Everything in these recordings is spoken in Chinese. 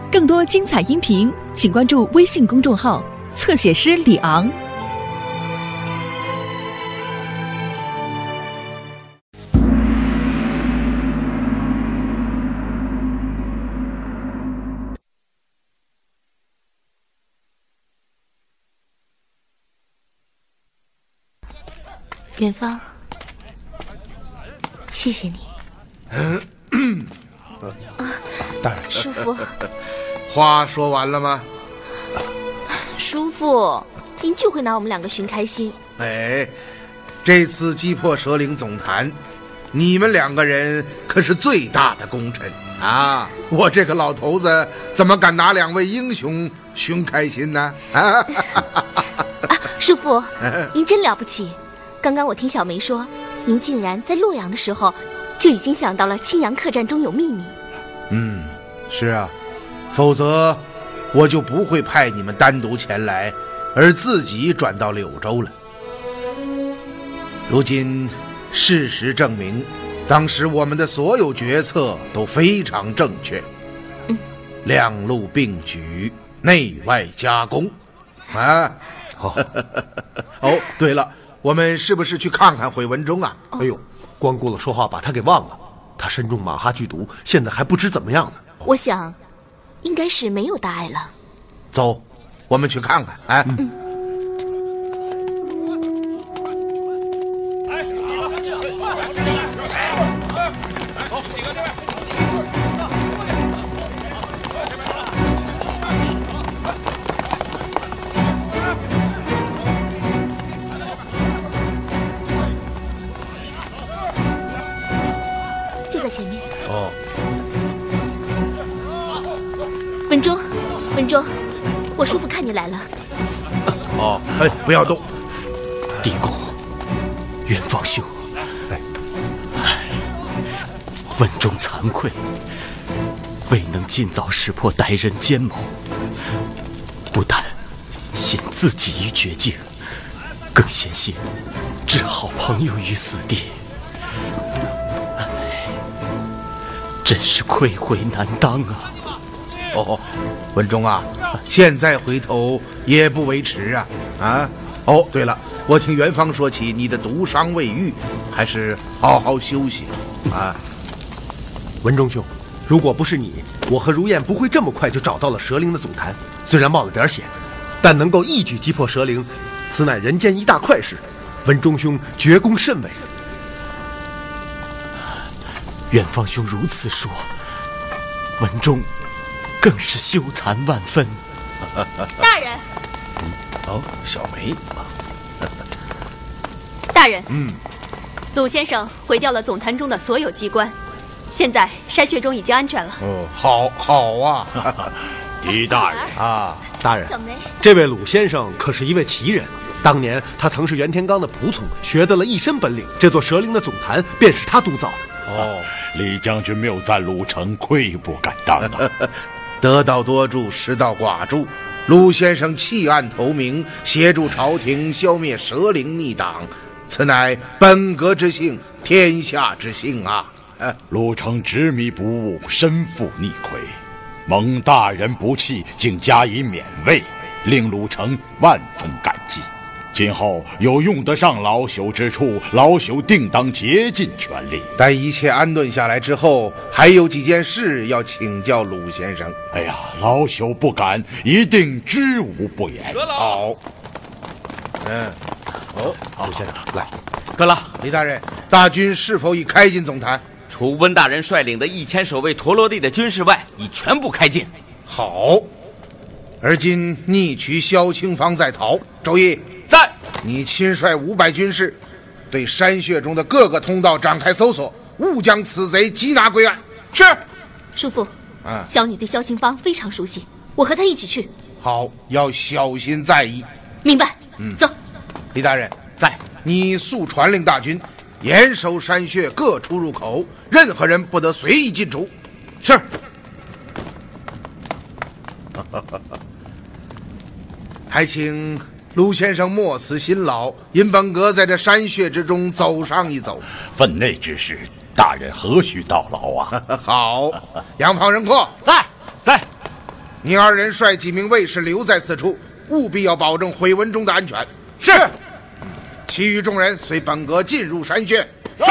更多精彩音频，请关注微信公众号“侧写师李昂”。 元芳，谢谢你。 大人， 叔父， 话说完了吗？ 叔父，您就会拿我们两个寻开心。 哎，这次击破蛇灵总坛，你们两个人可是最大的功臣啊！我这个老头子怎么敢拿两位英雄寻开心呢？ 叔父，您真了不起！刚刚我听小梅说，您竟然在洛阳的时候就已经想到了青阳客栈中有秘密。 是啊，否则我就不会派你们单独前来，而自己转到柳州了。如今事实证明，当时我们的所有决策都非常正确，两路并举，内外夹攻啊！ 好。 哦，对了，我们是不是去看看回文中啊？ 哎呦，光顾了说话，把他给忘了。他身中马哈剧毒，现在还不知怎么样呢。 我想，应该是没有大碍了。 走，我们去看看。哎， 就在前面。 哦， 文忠，我叔父看你来了。 哦，哎，不要动。 地公，元芳兄，文忠惭愧，未能尽早识破歹人奸谋，不但陷自己于绝境，更险些置好朋友于死地，真是愧悔难当啊！ 哦，文忠啊，现在回头也不为迟啊！啊，哦，对了，我听元芳说起你的毒伤未愈，还是好好休息啊。 文忠兄，如果不是你，我和如燕不会这么快就找到了蛇灵的总坛。虽然冒了点险，但能够一举击破蛇灵，此乃人间一大快事。文忠兄绝功甚伟。 元芳兄如此说，文忠更是羞惭万分。 大人， 哦，小梅， 大人，鲁先生毁掉了总坛中的所有机关，现在山穴中已经安全了。 哦，好啊， 狄大人啊，大人， 小梅， 这位鲁先生可是一位奇人。当年他曾是袁天罡的仆从，学得了一身本领。这座蛇灵的总坛便是他督造的。 哦，李将军谬赞鲁城，愧不敢当啊！ 得道多助，失道寡助。陆先生弃暗投明，协助朝廷消灭蛇灵逆党，此乃本格之幸，天下之幸啊！ 鲁城执迷不悟，身负逆亏，蒙大人不弃，竟加以免位，令鲁城万分感激。今后有用得上老朽之处，老朽定当竭尽全力。 待一切安顿下来之后，还有几件事要请教鲁先生。 哎呀，老朽不敢，一定知无不言。 好， 鲁先生，来， 阁老， 李大人，大军是否已开进总坛？ 除温大人率领的1000守卫陀罗地的军士外，已全部开进。 好，而今逆取萧清芳在逃，周毅在。 你亲率500军士，对山穴中的各个通道展开搜索，务将此贼缉拿归案。 是。 叔父，小女对萧清芳非常熟悉，我和她一起去。 好，要小心在意。 明白。走。 李大人在。 你速传令大军，严守山穴各出入口，任何人不得随意进出。 是。 还请陆先生莫辞辛劳，因本阁在这山穴之中走上一走。 分内之事，大人何须叨劳啊？ 好，杨方人阔在。 你二人率几名卫士留在此处，务必要保证回文中的安全。 是。 其余众人随本阁进入山穴。 是。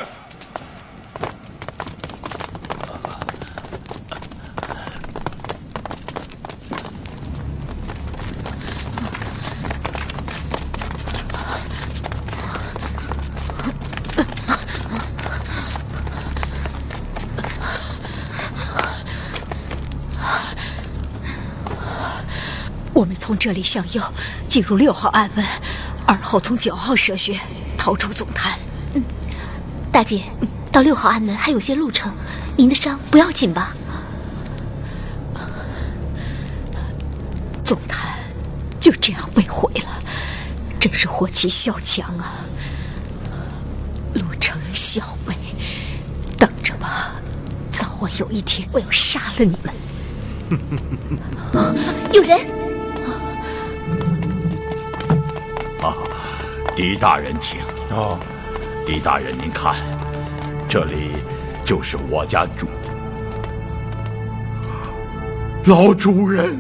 我们从这里向右进入6号暗门，2号从9号蛇穴逃出总坛。 大姐，到6号暗门还有些路程，您的伤不要紧吧？ 总坛就这样被毁了，真是祸其萧墙啊！陆城、小妹，等着吧，早晚有一天我要杀了你们。 有人！ 狄大人请。狄大人您看，这里就是我家老主人。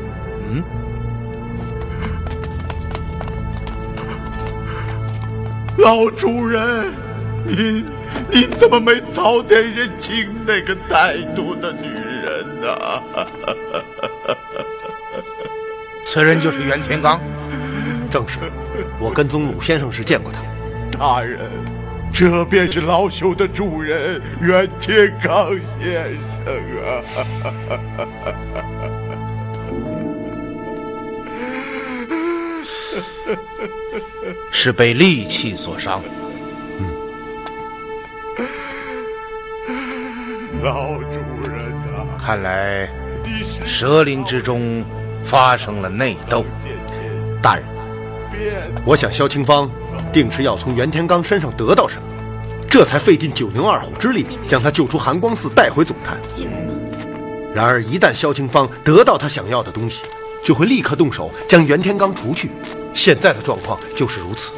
老主人，您怎么没早点认清那个歹毒的女人呢？ 此人就是袁天罡。 正是，我跟踪鲁先生时见过他。 大人，这便是老朽的主人袁天罡先生啊！ 是被利器所伤。 老主人啊， 看来蛇林之中发生了内斗。 大人，我想萧清芳定是要从袁天罡身上得到什么，这才费尽九牛二虎之力将他救出寒光寺，带回总坛。然而一旦萧清芳得到他想要的东西，就会立刻动手将袁天罡除去。现在的状况就是如此。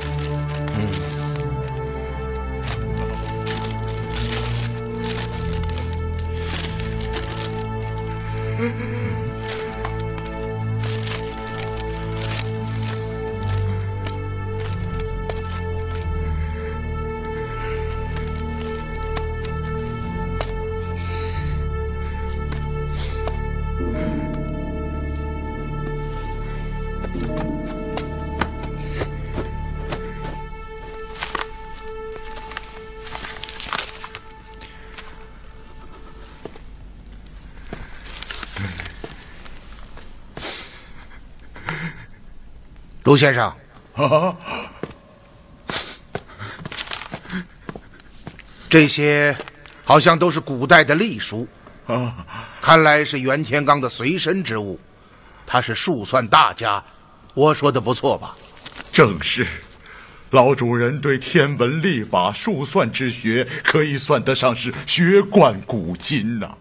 卢先生，这些好像都是古代的隶书，看来是袁天罡的随身之物。他是数算大家，我说的不错吧？ 正是，老主人对天文历法、数算之学，可以算得上是学贯古今呐。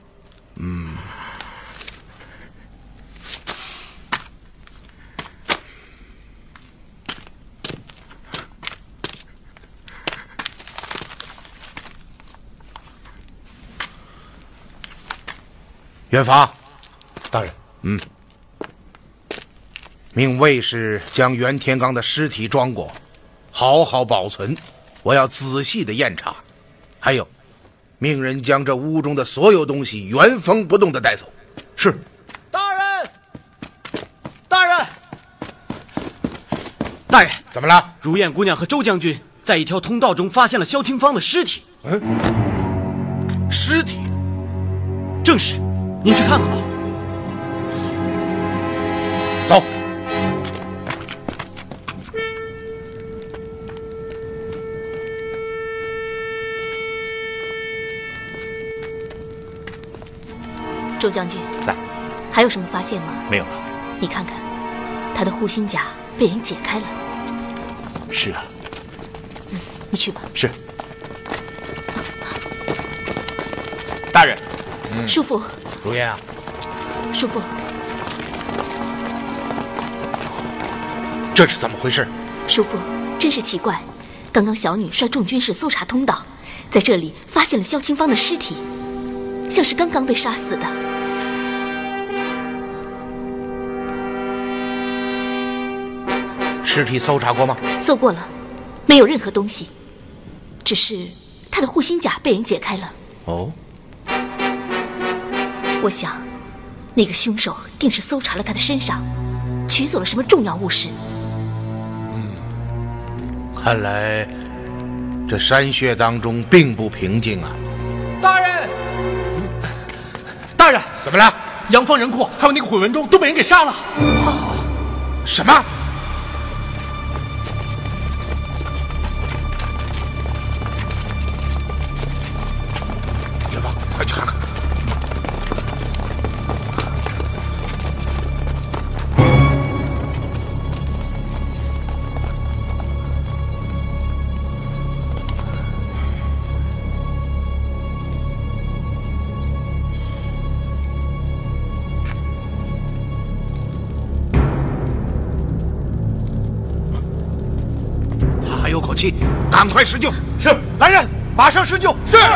元发， 大人， 命卫士将袁天罡的尸体装裹，好好保存，我要仔细的验查。还有，命人将这屋中的所有东西原封不动的带走。 是。 大人，大人，大人， 怎么了？ 如燕姑娘和周将军在一条通道中发现了萧清芳的尸体。 尸体？ 正是。您去看看吧。 走。 周将军在， 还有什么发现吗？ 没有了。 你看看，他的护心甲被人解开了。 是啊。 你去吧。 是。 大人， 叔父。 如燕啊， 叔父， 这是怎么回事？ 叔父，真是奇怪，刚刚小女率众军士搜查通道，在这里发现了萧清芳的尸体，像是刚刚被杀死的。 尸体搜查过吗？ 搜过了，没有任何东西，只是他的护心甲被人解开了。 哦， 我想，那个凶手定是搜查了他的身上，取走了什么重要物事。 看来这山穴当中并不平静啊！ 大人，大人， 怎么了？ 杨方、任阔还有那个毁文忠都被人给杀了。 什么？元芳，快去看看！他还有口气，赶快施救！ 是，来人，马上施救！ 是。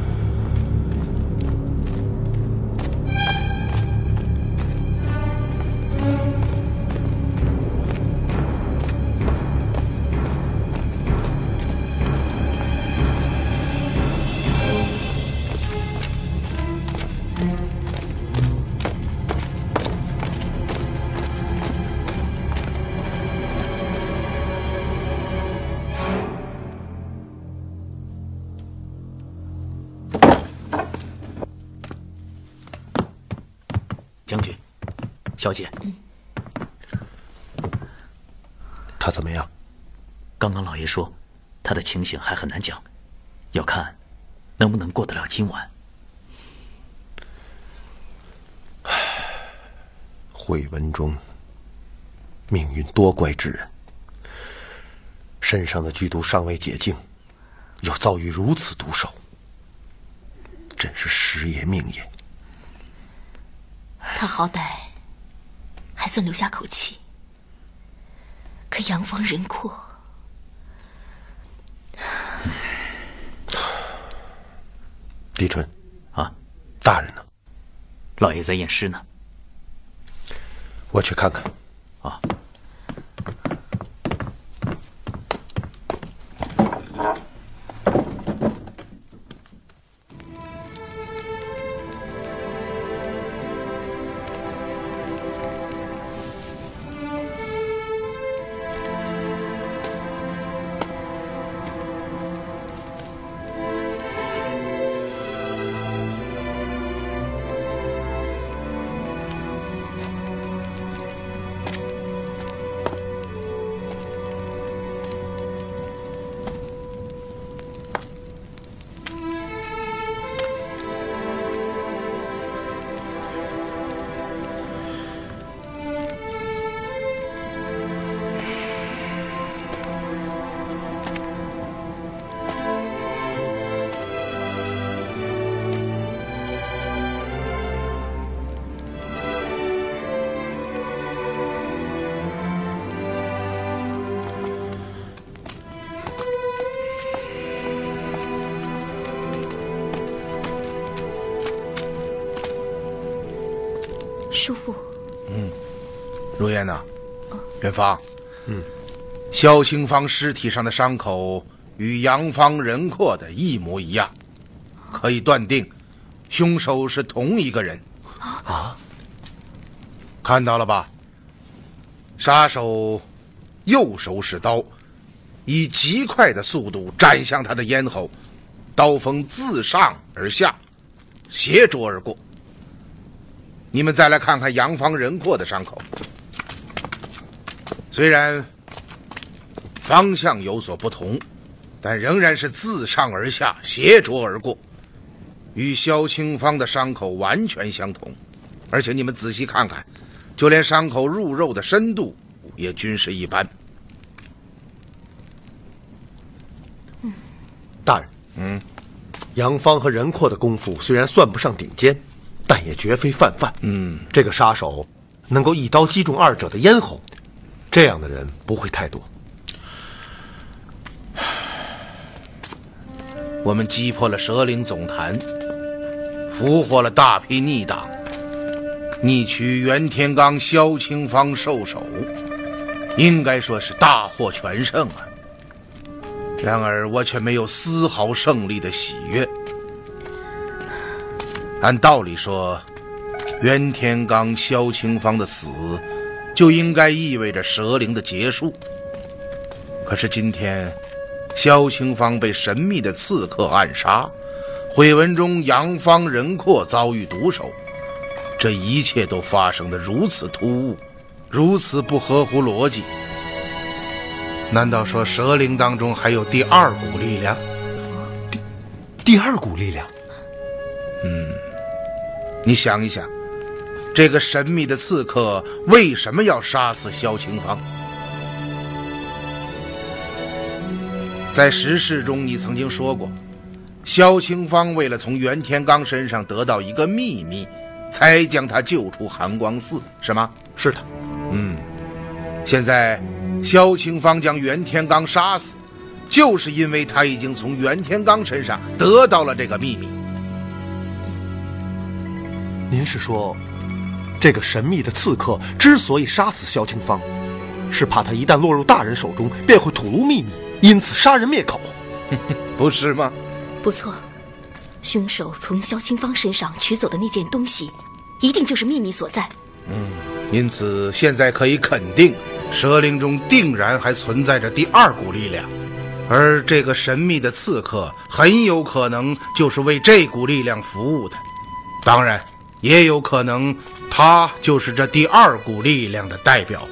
将军，小姐， 他怎么样？ 刚刚老爷说，他的情形还很难讲，要看能不能过得了今晚。 惠文忠，命运多怪之人，身上的剧毒尚未解净，又遭遇如此毒手，真是时也命也。 他好歹还算留下口气，可杨方、任阔， 狄春， 啊， 大人呢？ 老爷在验尸呢。 我去看看。 啊。 叔父， 如烟呐，元芳，萧清芳尸体上的伤口与杨方、任阔的一模一样，可以断定，凶手是同一个人。啊，看到了吧？杀手右手使刀，以极快的速度斩向他的咽喉，刀锋自上而下，斜着而过。你们再来看看杨方、任阔的伤口，虽然方向有所不同，但仍然是自上而下斜着而过，与萧清芳的伤口完全相同。而且你们仔细看看，就连伤口入肉的深度也均是一般。 大人，杨方和任阔的功夫虽然算不上顶尖，但也绝非泛泛。这个杀手能够一刀击中二者的咽喉，这样的人不会太多。 我们击破了蛇岭总坛，俘获了大批逆党，逆取袁天罡、萧清芳受首。 应该说是大获全胜啊。然而我却没有丝毫胜利的喜悦。按道理说，袁天罡、萧清芳的死就应该意味着蛇灵的结束。可是今天，萧清芳被神秘的刺客暗杀，毁文中杨芳、任阔遭遇毒手，这一切都发生得如此突兀，如此不合乎逻辑。难道说蛇灵当中还有第二股力量？ 第二股力量？ 你想一想，这个神秘的刺客为什么要杀死萧清芳？在时事中你曾经说过，萧清芳为了从袁天罡身上得到一个秘密，才将他救出寒光寺，是吗？ 是的。 现在萧清芳将袁天罡杀死，就是因为他已经从袁天罡身上得到了这个秘密。 您是说，这个神秘的刺客之所以杀死萧清芳，是怕他一旦落入大人手中，便会吐露秘密，因此杀人灭口？ 不是吗？ 不错，凶手从萧清芳身上取走的那件东西，一定就是秘密所在。 因此现在可以肯定，蛇灵中定然还存在着第二股力量，而这个神秘的刺客很有可能就是为这股力量服务的。当然，也有可能他就是这第二股力量的代表。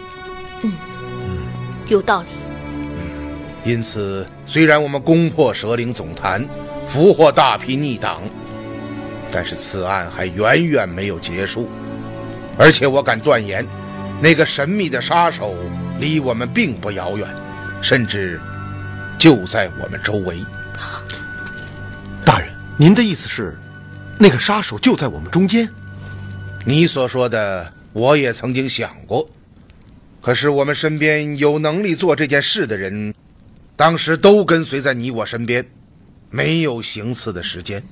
有道理。 因此，虽然我们攻破蛇灵总坛，俘获大批逆党，但是此案还远远没有结束。而且我敢断言，那个神秘的杀手离我们并不遥远，甚至就在我们周围。 大人，您的意思是，那个杀手就在我们中间？ 你所说的，我也曾经想过。可是我们身边有能力做这件事的人，当时都跟随在你我身边，没有行刺的时间。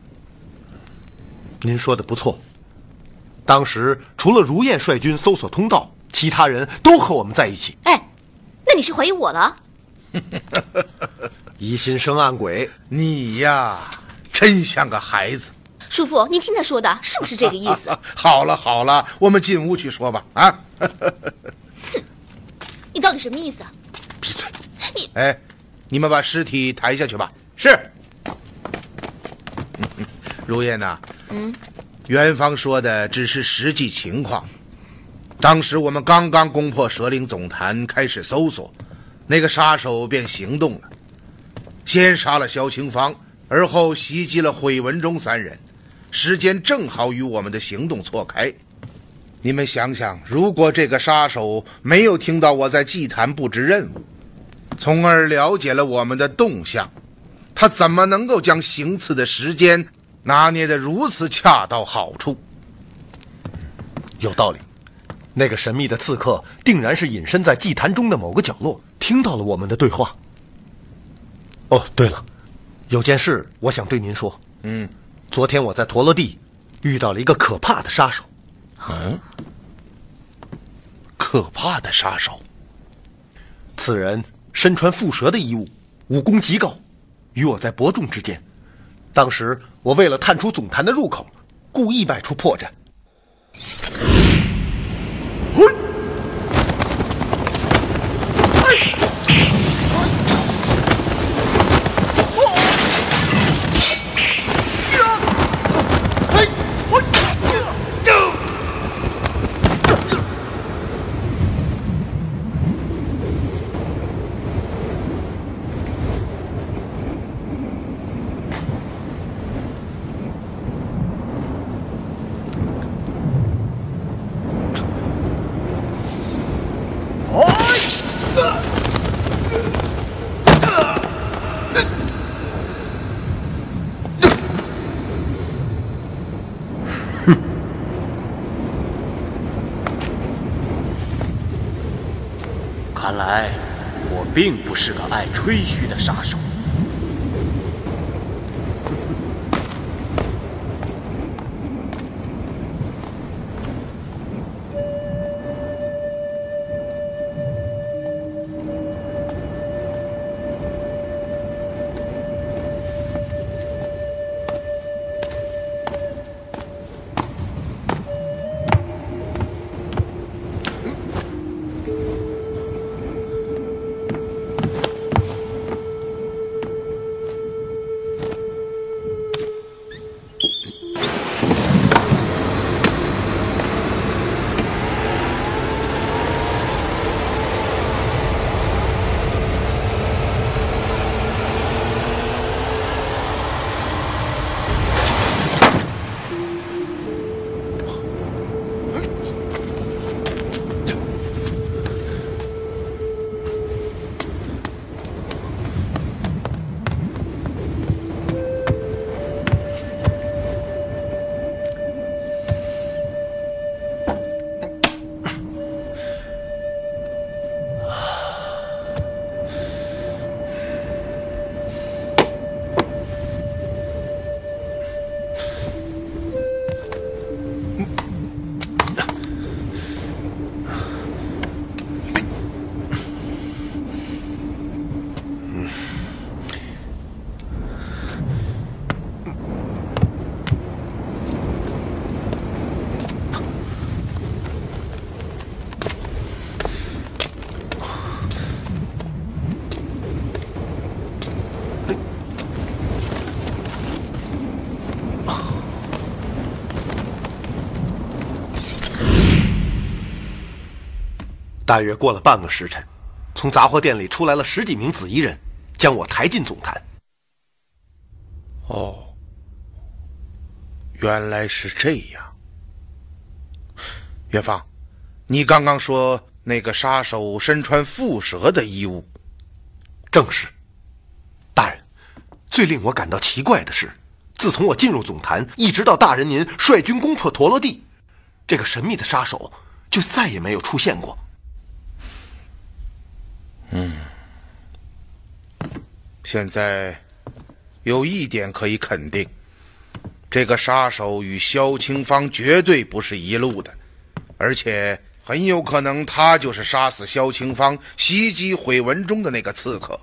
您说的不错，当时除了如燕率军搜索通道，其他人都和我们在一起。 哎，那你是怀疑我了？ 疑心生暗鬼， 你呀，真像个孩子。 叔父，您听他说的是不是这个意思？ 好了好了，我们进屋去说吧。啊！ 你到底什么意思啊？ 闭嘴！ 哎，你们把尸体抬下去吧。 是。 如燕呐，元芳说的只是实际情况。当时我们刚刚攻破蛇灵总坛，开始搜索，那个杀手便行动了，先杀了萧清芳，而后袭击了毁文中3人，时间正好与我们的行动错开。你们想想，如果这个杀手没有听到我在祭坛布置任务，从而了解了我们的动向，他怎么能够将行刺的时间拿捏得如此恰到好处？ 有道理，那个神秘的刺客定然是隐身在祭坛中的某个角落，听到了我们的对话。哦，对了，有件事我想对您说。昨天我在陀罗地遇到了一个可怕的杀手。 可怕的杀手。 此人身穿蝮蛇的衣物，武功极高，与我在伯仲之间。当时我为了探出总坛的入口，故意摆出破绽。 看来我并不是个爱吹嘘的杀手。 大约过了半个时辰，从杂货店里出来了10几名紫衣人，将我抬进总坛。 哦，原来是这样。元芳，你刚刚说那个杀手身穿蝮蛇的衣物？ 正是。大人，最令我感到奇怪的是，自从我进入总坛，一直到大人您率军攻破陀罗地，这个神秘的杀手就再也没有出现过。 现在有一点可以肯定，这个杀手与萧清芳绝对不是一路的，而且很有可能他就是杀死萧清芳、袭击毁文中的那个刺客。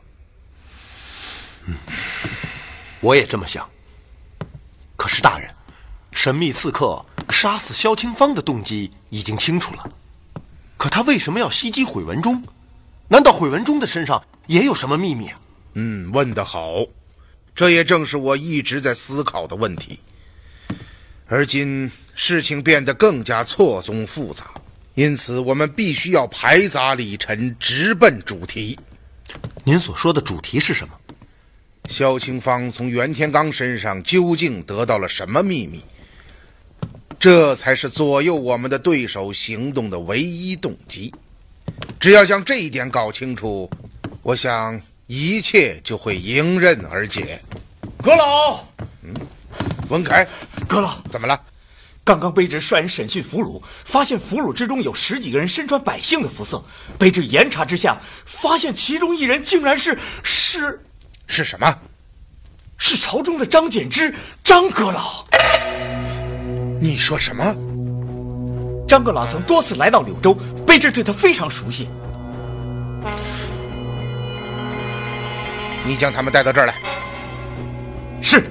我也这么想。可是大人，神秘刺客杀死萧清芳的动机已经清楚了，可他为什么要袭击毁文中？难道毁文中的身上也有什么秘密啊？ 问得好，这也正是我一直在思考的问题。而今事情变得更加错综复杂，因此我们必须要排杂理陈，直奔主题。 您所说的主题是什么？ 萧清芳从袁天罡身上究竟得到了什么秘密？这才是左右我们的对手行动的唯一动机。只要将这一点搞清楚，我想一切就会迎刃而解。 阁老， 文凯， 阁老， 怎么了？ 刚刚卑职率人审讯俘虏，发现俘虏之中有10几个人身穿百姓的服色。卑职严查之下，发现其中一人竟然是什么？ 是朝中的张柬之，张阁老。 你说什么？ 张阁老曾多次来到柳州，卑职对他非常熟悉。 你将他们带到这儿来。 是。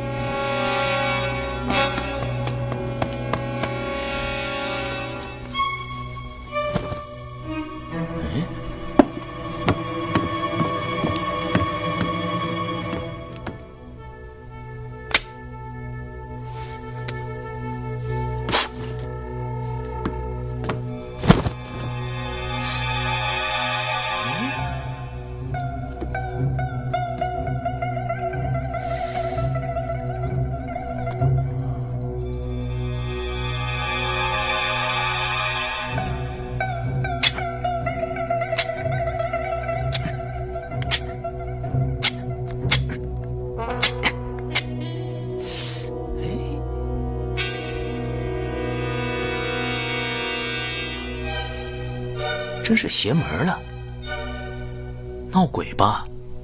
真是邪门了，闹鬼吧？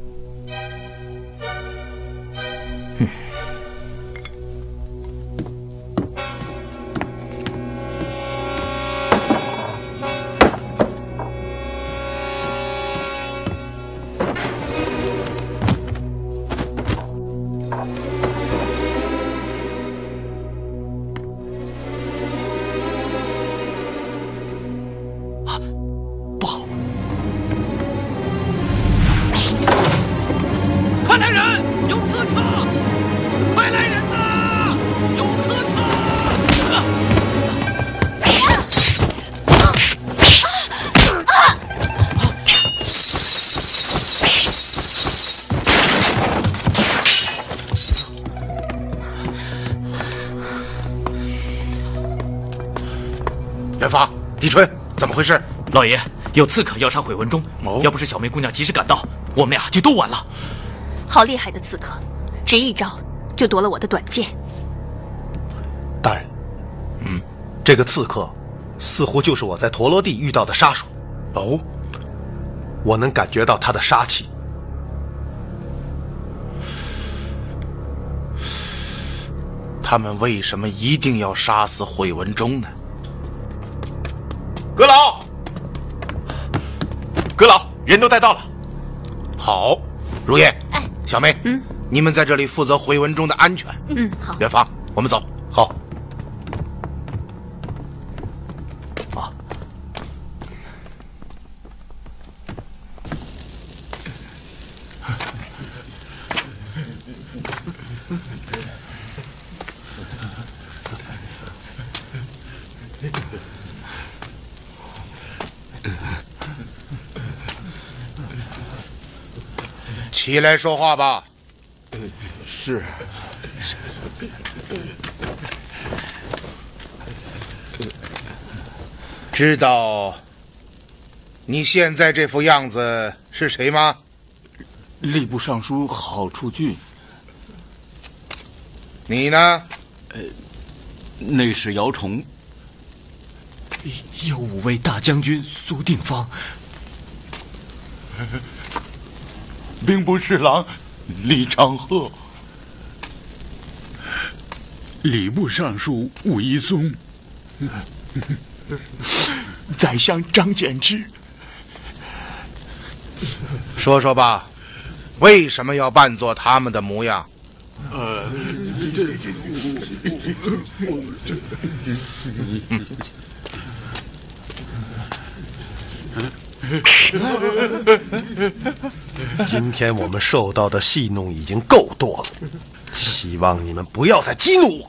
元芳，狄春，怎么回事？ 老爷，有刺客要杀毁文中，要不是小梅姑娘及时赶到，我们俩就都完了。 好厉害的刺客，只一招就夺了我的短剑。 大人，这个刺客似乎就是我在陀罗地遇到的杀手。 哦， 我能感觉到他的杀气。 他们为什么一定要杀死毁文中呢？ 阁老，阁老，人都带到了。 好，如燕，小梅，你们在这里负责毁文中的安全。 好。 元芳，我们走。 好。 起来说话吧。 是。 知道你现在这副样子是谁吗？ 吏部尚书郝处俊。 你呢？ 内侍姚崇。右武卫大将军苏定方。 兵部侍郎李长鹤。 礼部尚书武一宗。 宰相张柬之。 说说吧，为什么要扮作他们的模样？ 今天我们受到的戏弄已经够多了，希望你们不要再激怒我。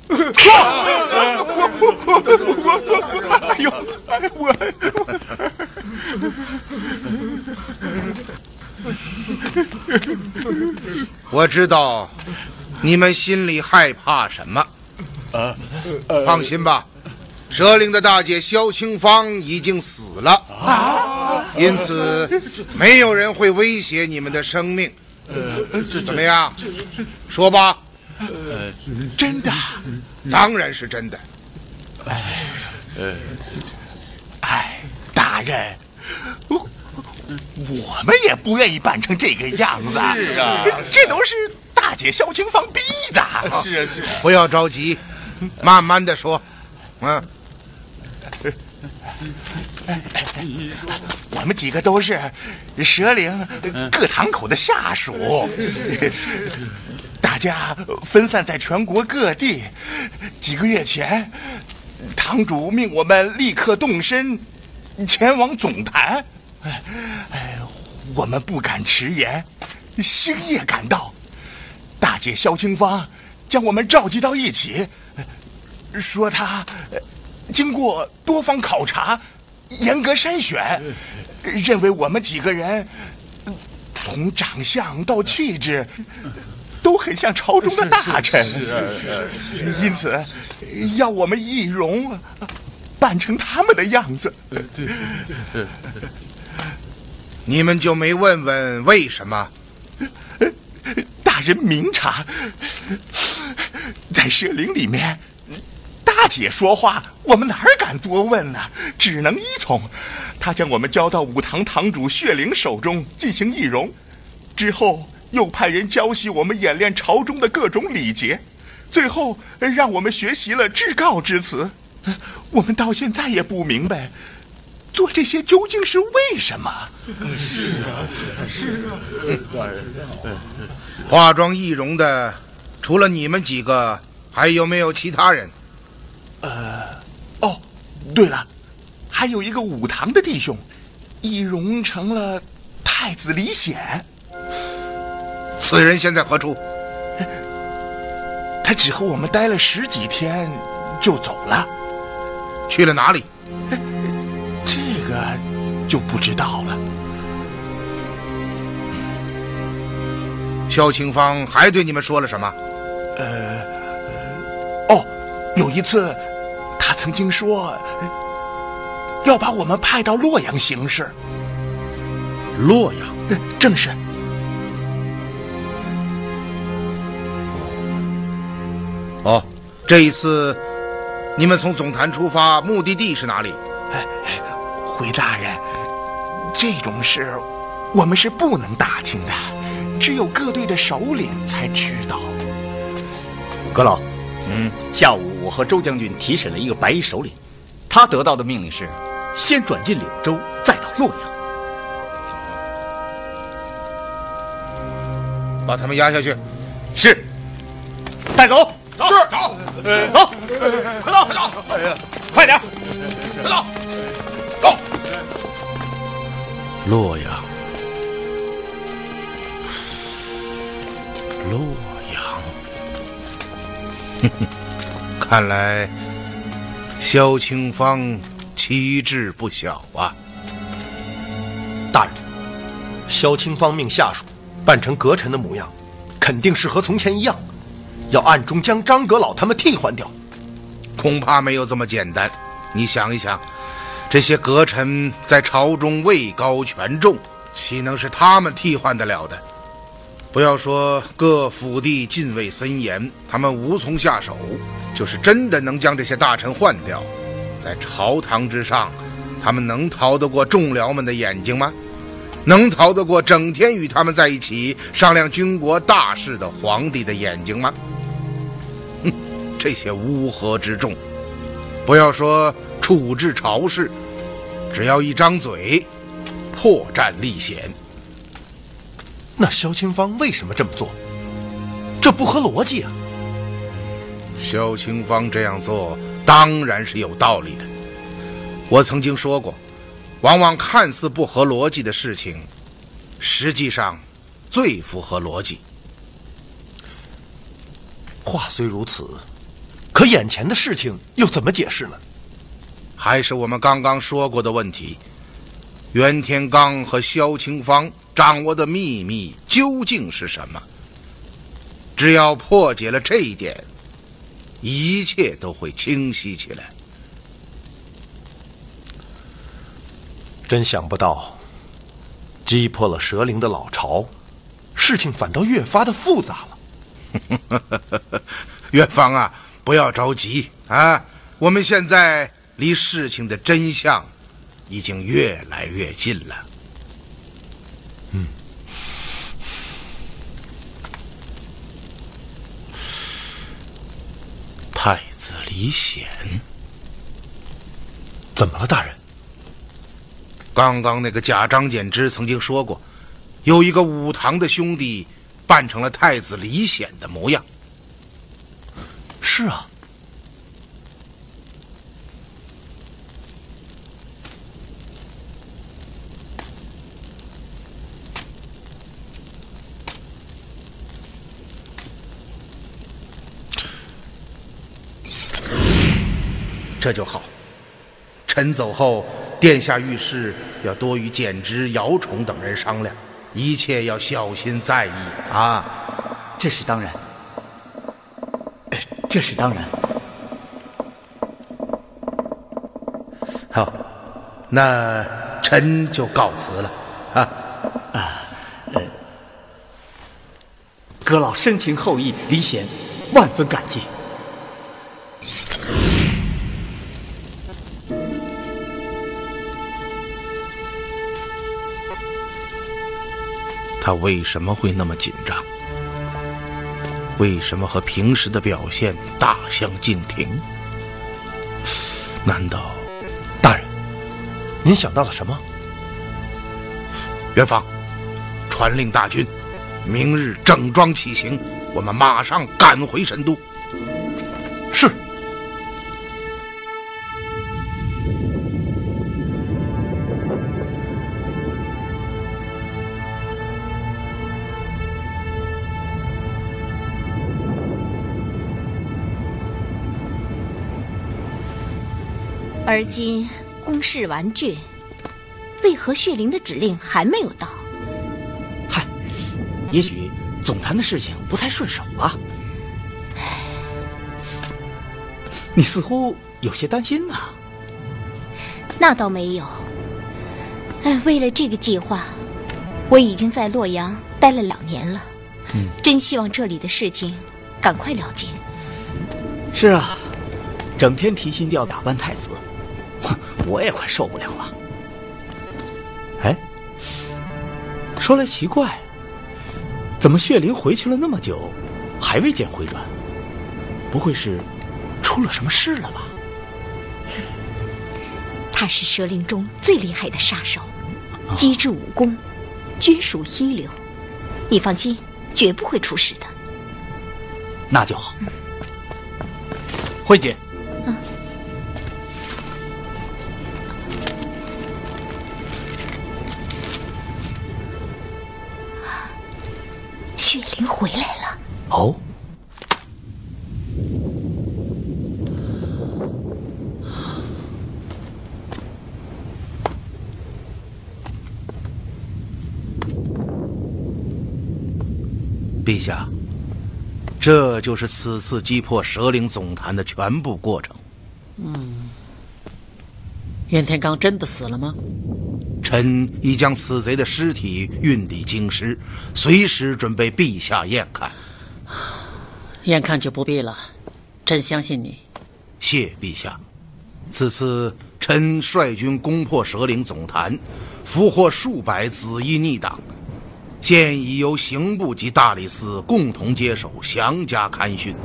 我知道你们心里害怕什么。放心吧，蛇灵的大姐萧清芳已经死了，因此没有人会威胁你们的生命。怎么样？说吧。 真的？ 当然是真的。 大人，我们也不愿意扮成这个样子。 是啊， 这都是大姐萧清芳逼的。 是啊，是啊。 不要着急，慢慢的说。 我们几个都是蛇灵各堂口的下属，大家分散在全国各地。几个月前，堂主命我们立刻动身前往总坛。我们不敢迟延，星夜赶到。大姐萧清芳将我们召集到一起，说她经过多方考察，严格筛选，认为我们几个人从长相到气质都很像朝中的大臣，因此要我们易容扮成他们的样子。 你们就没问问为什么？ 大人明察，在蛇灵里面，大姐说话，我们哪敢多问呢？只能依从。她将我们交到武堂堂主血灵手中进行易容，之后又派人教习我们演练朝中的各种礼节，最后让我们学习了致告之词。我们到现在也不明白，做这些究竟是为什么？ 是啊，是啊。 化妆易容的，除了你们几个，还有没有其他人？ 哦，对了，还有一个武堂的弟兄，易容成了太子李显。 此人现在何处？ 他只和我们待了10几天就走了。 去了哪里？ 这个就不知道了。 萧清芳还对你们说了什么？ 有一次他曾经说要把我们派到洛阳行事。 洛阳？ 正是。 哦，这一次你们从总坛出发，目的地是哪里？ 回大人，这种事我们是不能打听的，只有各队的首领才知道。 阁老，下午我和周将军提审了一个白衣首领，他得到的命令是先转进柳州，再到洛阳。 把他们押下去。 是。带走。 是。 走。快走，快走，快点，快走，走。 洛阳，洛阳。看来萧清芳机智不小啊。 大人，萧清芳命下属扮成阁臣的模样，肯定是和从前一样，要暗中将张阁老他们替换掉。 恐怕没有这么简单。你想一想，这些阁臣在朝中位高权重，岂能是他们替换得了的？不要说各府地禁卫森严，他们无从下手。就是真的能将这些大臣换掉，在朝堂之上，他们能逃得过众僚们的眼睛吗？能逃得过整天与他们在一起商量军国大事的皇帝的眼睛吗？这些乌合之众，不要说处置朝事，只要一张嘴，破绽立显。 那萧清芳为什么这么做？这不合逻辑啊！ 萧清芳这样做当然是有道理的。我曾经说过，往往看似不合逻辑的事情，实际上最符合逻辑。 话虽如此，可眼前的事情又怎么解释呢？ 还是我们刚刚说过的问题，袁天罡和萧清芳掌握的秘密究竟是什么？只要破解了这一点，一切都会清晰起来。 真想不到，击破了蛇灵的老巢，事情反倒越发的复杂了。 元芳啊，不要着急啊，我们现在离事情的真相已经越来越近了。太子李显， 怎么了，大人？ 刚刚那个假张柬之曾经说过，有一个武堂的兄弟扮成了太子李显的模样。 是啊， 这就好。臣走后，殿下遇事要多与简之、姚崇等人商量，一切要小心在意啊！ 这是当然，这是当然。 好，那臣就告辞了啊！ 阁老深情厚谊，李显万分感激。 他为什么会那么紧张？为什么和平时的表现大相径庭？难道…… 大人，您想到了什么？ 元芳，传令大军，明日整装起行，我们马上赶回神都。 是。 而今公事完竣，为何血灵的指令还没有到？ 嗨，也许总坛的事情不太顺手吧。你似乎有些担心呐。 那倒没有。为了这个计划，我已经在洛阳待了2年了。真希望这里的事情赶快了结。 是啊，整天提心吊胆打扮太子，我也快受不了了。哎，说来奇怪，怎么血灵回去了那么久，还未见回转？不会是出了什么事了吧？ 他是蛇灵中最厉害的杀手，机智武功，均属一流。你放心，绝不会出事的。 那就好。慧姐。 血灵回来了。 哦。 陛下，这就是此次击破蛇灵总坛的全部过程。 袁天罡真的死了吗？ 臣已将此贼的尸体运抵京师，随时准备陛下验看。 验看就不必了，朕相信你。 谢陛下。此次臣率军攻破蛇灵总坛，俘获数百紫衣逆党，现已由刑部及大理寺共同接手，详加勘讯。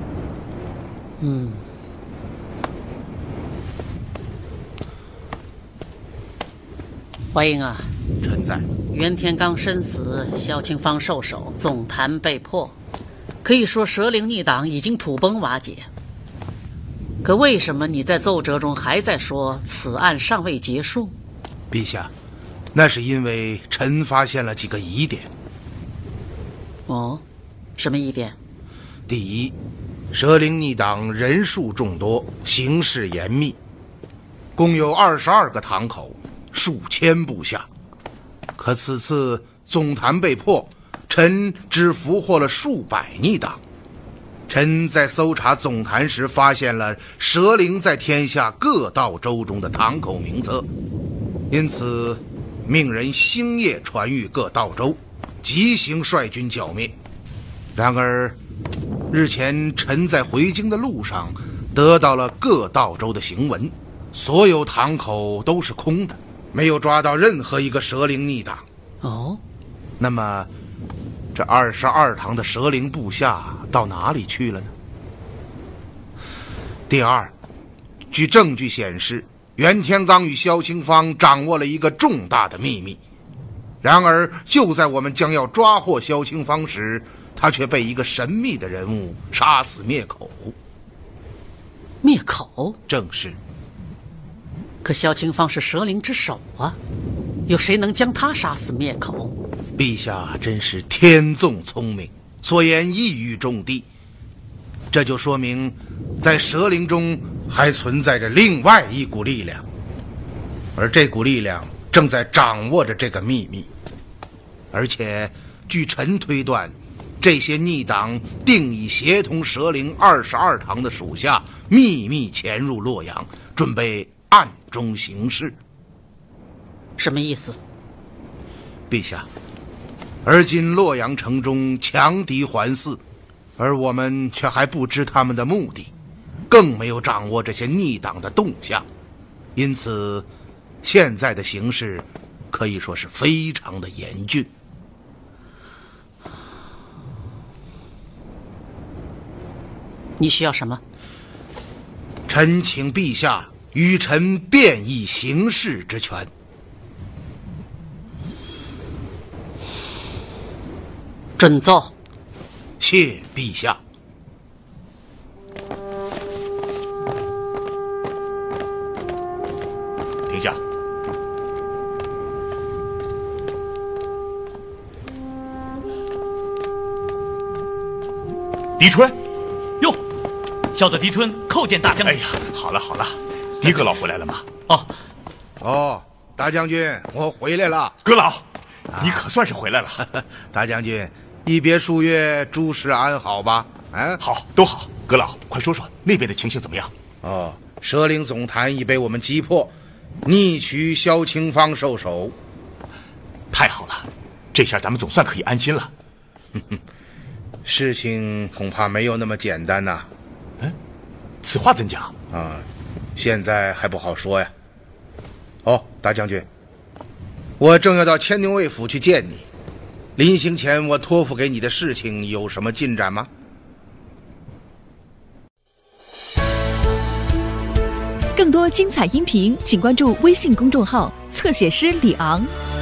怀英啊， 臣在。 袁天罡身死，萧清芳受首，总坛被破，可以说蛇灵逆党已经土崩瓦解。可为什么你在奏折中还在说此案尚未结束？ 陛下，那是因为臣发现了几个疑点。 哦，什么疑点？ 第一，蛇灵逆党人数众多，形势严密，共有22个堂口，数千部下。可此次总坛被破，臣只俘获了数百逆党。臣在搜查总坛时发现了蛇灵在天下各道州中的堂口名册，因此命人星夜传谕各道州，即行率军剿灭。然而日前臣在回京的路上得到了各道州的行文，所有堂口都是空的，没有抓到任何一个蛇灵逆党。 哦， 那么这22堂的蛇灵部下到哪里去了呢？第二，据证据显示，袁天罡与萧清芳掌握了一个重大的秘密。然而就在我们将要抓获萧清芳时，他却被一个神秘的人物杀死灭口。 灭口？ 正是。 可萧清芳是蛇灵之首啊，有谁能将他杀死灭口？ 陛下真是天纵聪明，所言一语中的。这就说明在蛇灵中还存在着另外一股力量，而这股力量正在掌握着这个秘密。而且据臣推断，这些逆党定已协同蛇灵22堂的属下秘密潜入洛阳，准备暗中行事。 什么意思？ 陛下，而今洛阳城中强敌环伺，而我们却还不知他们的目的，更没有掌握这些逆党的动向，因此现在的形势可以说是非常的严峻。 你需要什么？ 臣请陛下与臣变议行事之权。 准奏。 谢陛下。 停下。 狄春，哟，小的狄春叩见大将军。 哎呀，好了好了，狄阁老回来了吗？ 哦，大将军，我回来了。 阁老，你可算是回来了。 大将军，一别数月，诸事安好吧？啊， 好，都好。阁老，快说说那边的情形怎么样？ 哦，蛇灵总坛已被我们击破，逆渠萧清芳受首。 太好了，这下咱们总算可以安心了。 事情恐怕没有那么简单呐。 此话怎讲？ 现在还不好说呀。哦，大将军，我正要到千牛卫府去见你，临行前我托付给你的事情有什么进展吗？ 更多精彩音频，请关注微信公众号“侧写师李昂”。